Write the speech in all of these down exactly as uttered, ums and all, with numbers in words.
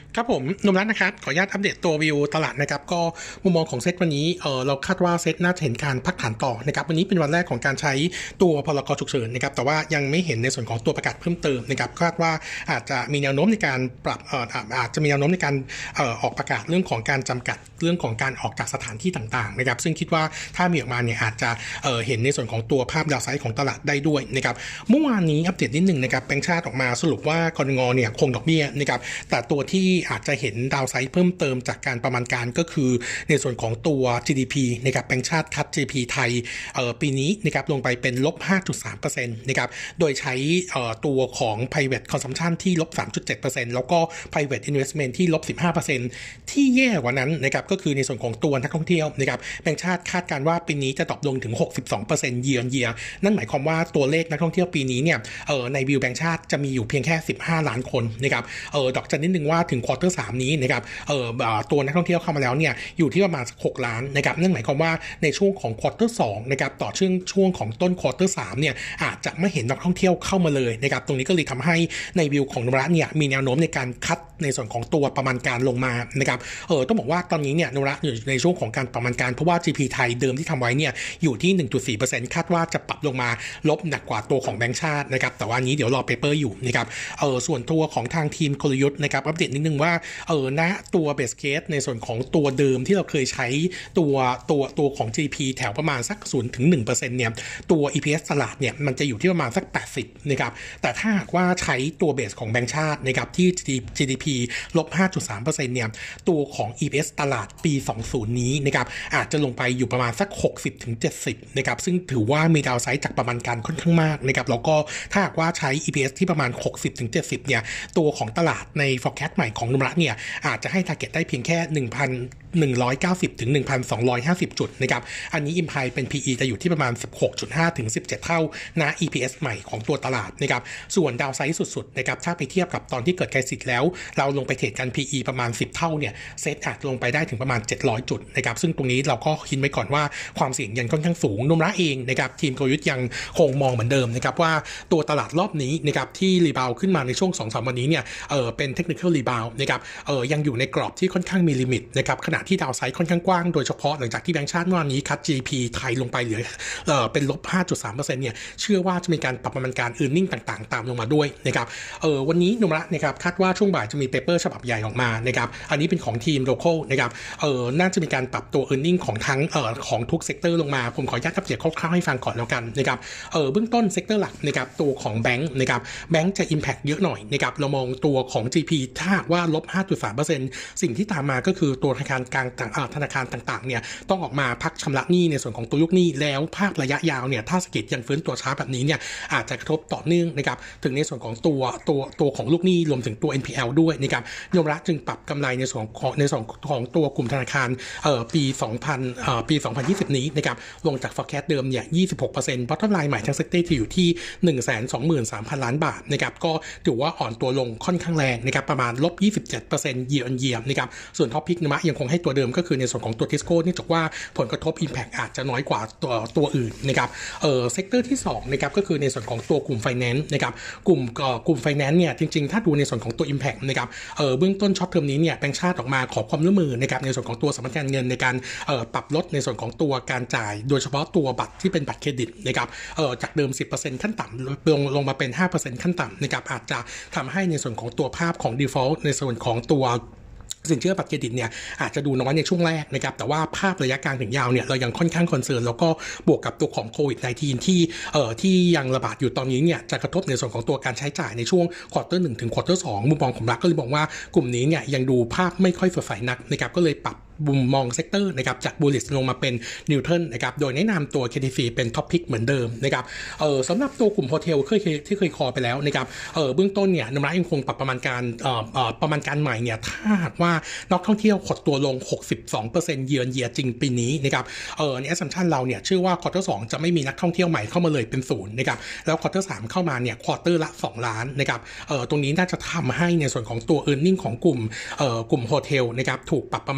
ครับผมนมรัตน์นะครับขออนุญาตอัปเดตตัววิวตลาดนะครับก็มุมมองของเซตวันนี้เออเราคาดว่าเซตน่าจะเห็นการพักฐานต่อนะครับวันนี้เป็นวันแรกของการใช้ตัวพรกฉุกเฉินนะครับแต่ว่ายังไม่เห็นในส่วนของตัวประกาศเพิ่มเติมนะครับคาดว่าอาจจะมีแนวโน้มในการปรับเอ่ออาจจะมีแนวโน้มในการเอ่อออกประกาศเรื่องของการจำกัดเรื่องของการออกจากสถานที่ต่างๆนะครับซึ่งคิดว่าถ้ามีออกมาเนี่ยอาจจะเอ่อเห็นในส่วนของตัวภาพดาวไซด์ของตลาดได้ด้วยนะครับเมื่อวานนี้อัปเดตนิดนึงนะครับแบงก์ชาติออกมาสรุปว่ากรงงเนี่ยคงดอกเบี้ยนะครับแต่ตัวที่อาจจะเห็นดาวไซด์เพิ่มเติมจากการประมาณการก็คือในส่วนของตัว จี ดี พี นะครับแบงก์ชาติคัด จี ดี พี ไทยเอ่อปีนี้นะครับลงไปเป็น ลบ ห้าจุดสามเปอร์เซ็นต์ นะครับโดยใช้เอ่อตัวของ private consumption ที่ ลบ สามจุดเจ็ดเปอร์เซ็นต์ แล้วก็ private investment ที่ ลบ สิบห้าเปอร์เซ็นต์ ที่แย่กว่านั้นนะครับก็คือในส่วนของตัวนักท่องเที่ยวนะครับแบงก์ชาติคาดการว่าปีนี้จะดรอปลงถึง หกสิบสองเปอร์เซ็นต์ year on year นั่นหมายความว่าตัวเลขนักท่องเที่ยวปีนี้เนี่ยเอ่อในวิวแบงก์ชาติจะมีอยู่เพียงแค่สิบห้าล้านคนนะครับเอ่อดอกจันนิดนึงว่าถึงควอเตอร์สามนี้นะครับเอ่อตัวนักท่องเที่ยวเข้ามาแล้วเนี่ยอยู่ที่ประมาณหกล้านนะครับนั่นหมายความว่าในช่วงของควอเตอร์สองนะครับต่อช่วงช่วงของต้นควอเตอร์สามเนี่ยอาจจะไม่เห็นนักท่องเที่ยวเข้ามาเลยนะครับตรงนี้ก็เลยทำให้ในวิวของนมรัตน์เนี่ยมีแนวโน้มในการคัดในส่วนของตัวประมาณการลงมานะครับเออต้องบอกว่าตอนนี้เนี่ยนมรัตน์อยู่ในช่วงของการประมาณการเพราะว่า จี พี ไทยเดิมที่ทำไว้เนี่ยอยู่ที่ หนึ่งจุดสี่เปอร์เซ็นต์ คาดว่าจะปรับลงมาลบหนักกว่าตัวของแบงก์ชาตินะครับแต่ว่านี้เดี๋ยวรอเปเปอร์อยู่นะครับเออส่วนตัวของทางทีมกลยุทธ์นะครับอัปเดตนิดนึงว่าเออณตัวเบสเคสในส่วนของตัวเดิมที่เราเคยใช้ตัวตัวตัวของ จี ดี พี แถวประมาณสัก ศูนย์ถึงหนึ่งเปอร์เซ็นต์ เนี่ยตัว อี พี เอส ตลาดเนี่ยมันจะอยู่ที่ประมาณสักแปดสิบนะครับแต่ถ้าหากว่าใช้ตัวเบสของแบงก์ชาตินะครับที่ จี ดี พี ลบ ห้าจุดสามเปอร์เซ็นต์ เนี่ยตัวของ อี พี เอส ตลาดปีสองสิบนี้นะครับอาจจะลงไปอยู่ประมาณสัก หกสิบถึงเจ็ดสิบ นะครับซึ่งถือว่ามีดาวไซด์จากประมาณการค่อนข้างมากนะครับแล้วก็ถ้าหากว่าใช้ อี พี เอส ที่ประมาณ หกสิบถึงเจ็ดสิบ เนี่ยตัวของตลาดใน forecast ใหม่ของนมรัตน์เนี่ยอาจจะให้ target ได้เพียงแค่ หนึ่งพันหนึ่งร้อยเก้าสิบ ถึง หนึ่งพันสองร้อยห้าสิบ จุดนะครับอันนี้ Implied เป็น พี อี จะอยู่ที่ประมาณ สิบหกจุดห้า ถึง สิบเจ็ด เท่าณ อี พี เอส ใหม่ของตัวตลาดนะครับส่วนดาวไซด์สุดๆนะครับถ้าไปเทียบกับตอนที่เกิดไครซิสแล้วเราลงไปเทรดกัน พี อี ประมาณสิบเท่าเนี่ยเซตอาจลงไปได้ถึงประมาณเจ็ดร้อยจุดนะครับซึ่งตรงนี้เราก็คิดไว้ก่อนว่าความเสี่ยงยังค่อนข้างสูงนมรัตน์เองนะครับทีมกลยุทธ์ยังคงมองเหมือนเดิมนะครับว่าตัวตลาดรอบนี้นะครับที่รีบาวขึ้นมาในช่วง สองถึงสาม วันนี้เนี่ยเออเป็นเทคนิคอลรีบาวนะครับเออยังอยู่ในกรอบที่ค่อนข้างมีลิมิตนะครับขณะที่ดาวไซด์ค่อนข้างกว้างโดยเฉพาะหลังจากที่แบงก์ชาติเมื่อวานนี้คัด จี ดี พี ไทยลงไปเหลือเออเป็น ลบ ห้าจุดสามเปอร์เซ็นต์ เนี่ยเชื่อว่าจะมีการปรับประมาณการ earning ต่างๆตามลงมาด้วยนะครับเออวันนี้นมรัตน์นะครับคาดว่าช่วงบ่ายจะมีเปเปอร์ฉบับใหญ่ออกมานะครับอันนี้เป็นของทีม local นะครับเออน่าจะมีการปรับตัว earning ของทั้งเออของทุกเซกเตอร์ลงมาผมขออนุญาตอัปเดตคร่าวๆให้ฟังก่อนแล้วกันนะครับเออเบื้องต้นเซกเตอร์หลักนะครับตัวของแบงค์นะครับแบงค์จะ impact เยอะหน่อยนะครับเรามองตัวของ จี พี ถ้าว่า ลบ ห้าจุดสามเปอร์เซ็นต์ สิ่งที่ตามมาก็คือตัวธนาคารกลางต่างธนาคารต่างๆเนี่ยต้องออกมาพักชำระหนี้ในส่วนของตัวลูกหนี้แล้วภาพระยะยาวเนี่ยถ้าเศรษฐกิจยังฟื้นตัวช้าแบบนี้เนี่ยอาจจะกระทบต่อเนื่องนะครับถึงในส่วนของตัวตัวตัวของลูกหนี้รวมถึงตัว เอ็น พี แอล ด้วยนะครับนมรัตน์จึงปรับกำไรในส่วนของในส่วนของตัวกลุ่มธนาคารเอ่อปีสองพันเอ่อปีสองพันยี่สิบนี้นะครับลงจาก forecast เดิมเนี่ย ยี่สิบหกเปอร์เซ็นต์ bottom line ใหม่ทั้งเซกเตอร์ที่อยู่ที่ หนึ่งแสนสองหมื่นสามพัน ล้านบาทนะครับก็ถือว่าอ่อนตัวลงค่อนข้างแรงนะครับประมาณ ลบ ยี่สิบเจ็ดเปอร์เซ็นต์ year on year นะครับส่วนท็อปพิกนมะยังคงให้ตัวเดิมก็คือในส่วนของตัว Tisco เนื่องจากว่าผลกระทบ impact อาจจะน้อยกว่าตัวตัวอื่นนะครับเอ่อเซกเตอร์ที่สองนะครับก็คือในส่วนของตัวกลุ่ม finance นะครับกลุ่มเอ่อกลุ่ม finance เนี่ยจริงๆถ้าดูในส่วนของตัว impact นะครับเอ่อเบื้องต้นช็อตเทอมนี้เนี่ยแบงก์ชาติออกมาขอความร่วมมือนะครับในส่วนของตัวสำนักงานเงินในการเอ่อปรับลดในส่วนของตัวการจ่ายโดยเฉพาะตัวบัตรที่เป็นบัตรเครดิตนะครับเอ่อจากเดิม สิบเปอร์เซ็นต์ ขั้นต่ำลงลงมาเป็น ห้าเปอร์เซ็นต์ ขั้นต่ำนะครับอาจจะทำให้ในส่วนของตัวภาพของ default ในส่วนของตัวสินเชื่อบัตรเครดิตเนี่ยอาจจะดูน้อยในช่วงแรกนะครับแต่ว่าภาพระยะกลางถึงยาวเนี่ยเรายังค่อนข้างคอนเซิร์นแล้วก็บวกกับตัวของโควิด สิบเก้า ที่เอ่อที่ยังระบาดอยู่ตอนนี้เนี่ยจะกระทบในส่วนของตัวการใช้จ่ายในช่วงควอเตอร์หนึ่งถึงควอเตอร์สองมุมมองของรักก็เลยบอกว่ากลุ่มนี้เนี่ยยังดูภาพไม่ค่อยสดใสนักนะครับก็เลยปรับมุมมองเซกเตอร์นะครับจาก bullish ลงมาเป็น neutral นะครับโดยแนะนำตัว เค ที ซี เป็น top pick เหมือนเดิมนะครับเออสำหรับตัวกลุ่มโฮเทลเคยที่เคยคอไปแล้วนะครับเออเบื้องต้นเนี่ยนมรัตน์ยังคงปรับประมาณการเอ่อเอ่อประมาณการใหม่เนี่ยถ้าหากว่านักท่องเที่ยวหดตัวลง หกสิบสองเปอร์เซ็นต์ year on year จริงปีนี้นะครับเออใน assumption เราเนี่ยเชื่อว่า quarter สองจะไม่มีนักท่องเที่ยวใหม่เข้ามาเลยเป็นศูนย์นะครับแล้ว quarter สามเข้ามาเนี่ย quarter ละสองล้านนะครับเออตรงนี้น่าจะทำให้ในส่วนของตัว earning ของกลุ่มเอ่อกลุ่มโฮเทลนะครับถูกปรับประมาณการลง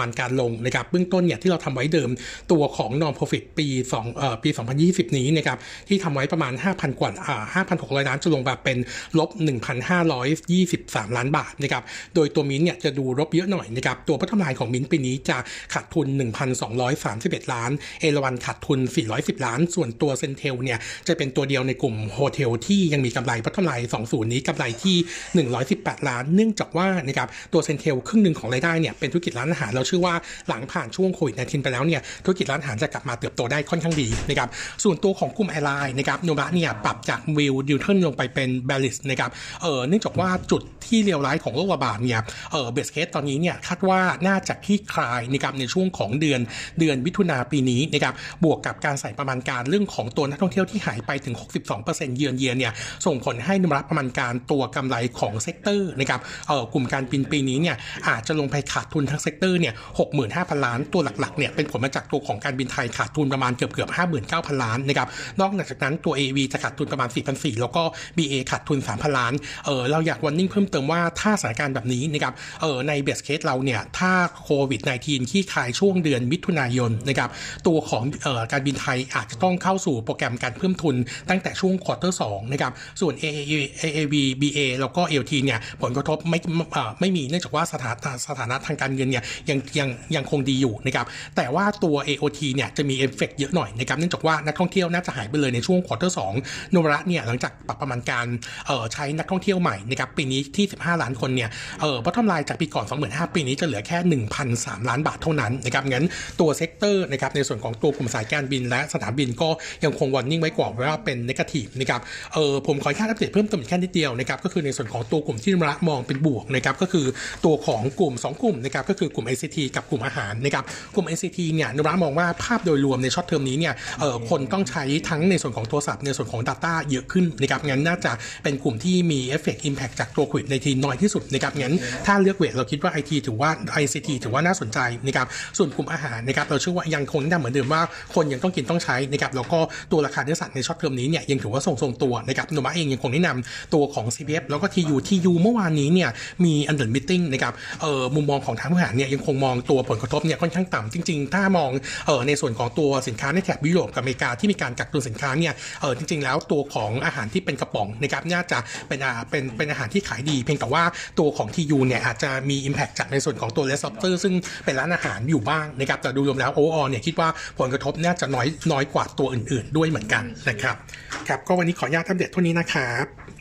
งนะครับเบื้องต้นเนี่ยที่เราทำไว้เดิมตัวของ non profit ปี2เอ่อปีสองพันยี่สิบนี้นะครับที่ทำไว้ประมาณ ห้าพัน กว่าอ่า ห้าพันหกร้อย ล้านจะลงมาเป็นลบ หนึ่งพันห้าร้อยยี่สิบสาม ล้านบาทนะครับโดยตัวมิ้นเนี่ยจะดูลบเยอะหน่อยนะครับตัวพัฒนาของมิ้นปีนี้จะขาดทุน หนึ่งพันสองร้อยสามสิบเอ็ด ล้านเอราวัณขาดทุนสี่ร้อยสิบล้านส่วนตัวเซนเทลเนี่ยจะเป็นตัวเดียวในกลุ่มโฮเทลที่ยังมีกำไรพัฒนาสองสิบนี้กำไรที่หนึ่งร้อยสิบแปดล้านเนื่องจากว่านะครับตัวเซนเทลครึ่งหนึ่งของรายได้เนี่ยเป็นธุรกิจร้านอาหารเราเชื่อว่าหลังผ่านช่วงโควิด สิบเก้า ไปแล้วเนี่ยธุรกิจร้านอาหารจะกลับมาเติบโตได้ค่อนข้างดีนะครับส่วนตัวของกลุ่มแอร์ไลน์นะครับโนบะเนี่ยปรับจากวิวดิวเทิลลงไปเป็นแบลิสนะครับเออเนื่องจากว่าจุดที่เลวร้ายของโรคระบาดเนี่ยเออเบสเคสตอนนี้เนี่ยคาดว่าน่าจะคลี่คลายนะครับในช่วงของเดือนเดือนมิถุนาปีนี้นะครับบวกกับการใส่ประมาณการเรื่องของตัวนักท่องเที่ยวที่หายไปถึง หกสิบสองเปอร์เซ็นต์ เยือนเยียเนี่ยส่งผลให้โนบะประมาณการตัวกำไรของเซกเตอร์นะครับเออกลุ่มการบินปีนี้เนี่ยอาจจะลงไปขาดทุนทั้งเซกเตอร์เนี่ย หกหมื่นห้าพัน ล้านตัวหลักๆเนี่ยเป็นผลมาจากตัวของการบินไทยขาดทุนประมาณเกือบๆ ห้าหมื่นเก้าพัน ล้านนะครับนอกจากนั้นตัว เอ วี จะขาดทุนประมาณ สี่พันสี่ร้อย แล้วก็ บี เอ ขาดทุน สามพัน ล้านเออเราอยากวอร์นิ่งเพิ่มเติมว่าถ้าสถานการณ์แบบนี้นะครับเออในเบสเคสเราเนี่ยถ้าโควิด สิบเก้า ที่คลายช่วงเดือนมิถุนายนนะครับตัวของเอ่อการบินไทยอาจจะต้องเข้าสู่โปรแกรมการเพิ่มทุนตั้งแต่ช่วงควอเตอร์สองนะครับส่วน เอ เอ วี บี เอ แล้วก็ เอ แอล ที เนี่ยผลกระทบไม่เอ่อไม่มีเนื่องจากว่าสถานะสถานะทางการเงินเนี่ยยังยังยังคงดีอยู่นะครับแต่ว่าตัว เอ โอ ที เนี่ยจะมีเอฟเฟกต์เยอะหน่อยนะครับเนื่องจากว่านักท่องเที่ยวน่าจะหายไปเลยในช่วงควอเตอร์สองโนบะเนี่ยหลังจากปรับประมาณการเอ่อใช้นักท่องเที่ยวใหม่นะครับปีนี้ที่สิบห้าล้านคนเนี่ยเอ่อบอททอมไลน์จากปีก่อน สองหมื่นห้าพัน ปีนี้จะเหลือแค่ หนึ่งพันสาม ล้านบาทเท่านั้นนะครับงั้นตัวเซกเตอร์นะครับในส่วนของตัวกลุ่มสายการบินและสนามบินก็ยังคงวอร์นิ่งไว้ก่อนว่าเป็นเนกาทีฟนะครับเอ่อผมขอแค่อัปเดตเพิ่มเติมอีกแค่นิดเดียวนะครับก็คือในส่วนของตัวกลุ่มที่เรามองเป็นบวกนะครับก็คือตัวของกลุ่มสองกลุ่มนะครับก็คือกลุ่ม ไอ ซี ที กับกลุ่มอาหารนะครับกลุ่ม ไอ ซี ที เนี่ยเรามองว่าภาพโดยรวมในช็อตเทอมนี้เนี่ยเอ่อคนต้องใช้ทั้งในส่วนของโทรศัพท์ในส่วนของ data เยอะขึ้นนะครับงั้นน่าจะเป็นกลุ่มที่มีเอฟเฟกต์อิมแพคจากตัวโควิดในทีน้อยที่สุดนะครับงั้นถ้าเลือกเวทเราคิดว่า ไอ ที ถือว่า ไอ ซี ที ถือว่าน่าสนใจนะครับส่วนกลุ่มอาหารนะครับเราเชื่อว่ายังคงแนะนำเหมือนเดิมว่าคนยังต้องกินต้องใช้นะครับแล้วก็ตัวราคาเนื้อสัตว์ในช็อตเทอมนี้เนี่ยยังถือว่าทรงๆตัวนะครับโนบะเองยังคงแนะนำตัวของ ซี พี เอฟ แล้วก็ ที ยู ที ยู เมื่อวานนี้เนี่ยมีอันเดอร์มิทติ้งนะครับเอ่อมุมมองของทางผู้บริหารเนี่ยยังคงมองตัวผลกระทบเนี่ยค่อนข้างต่ำจริงๆถ้ามองเอ่อในส่วนของตัวสินค้าในแถบยุโรปกับอเมริกาที่มีการกักตุนสินค้าเนี่ยเออจริงๆแล้วตัวของอาหารที่เป็นกระป๋องนะครับน่าจะเป็นอ่าเป็นเป็นอาหารที่ขายดีเพียงแต่ว่าตัวของ ที ยู เนี่ยอาจจะมี impact จากในส่วนของตัว Resorter ซึ่งเป็นร้านอาหารอยู่บ้างนะครับแต่ดูรวมแล้ว overall เนี่ยคิดว่าผลกระทบน่าจะน้อยน้อยกว่าตัวอื่นๆด้วยเหมือนกันนะครับครับก็วันนี้ขออนุญาตอัปเดตเท่านี้นะครับ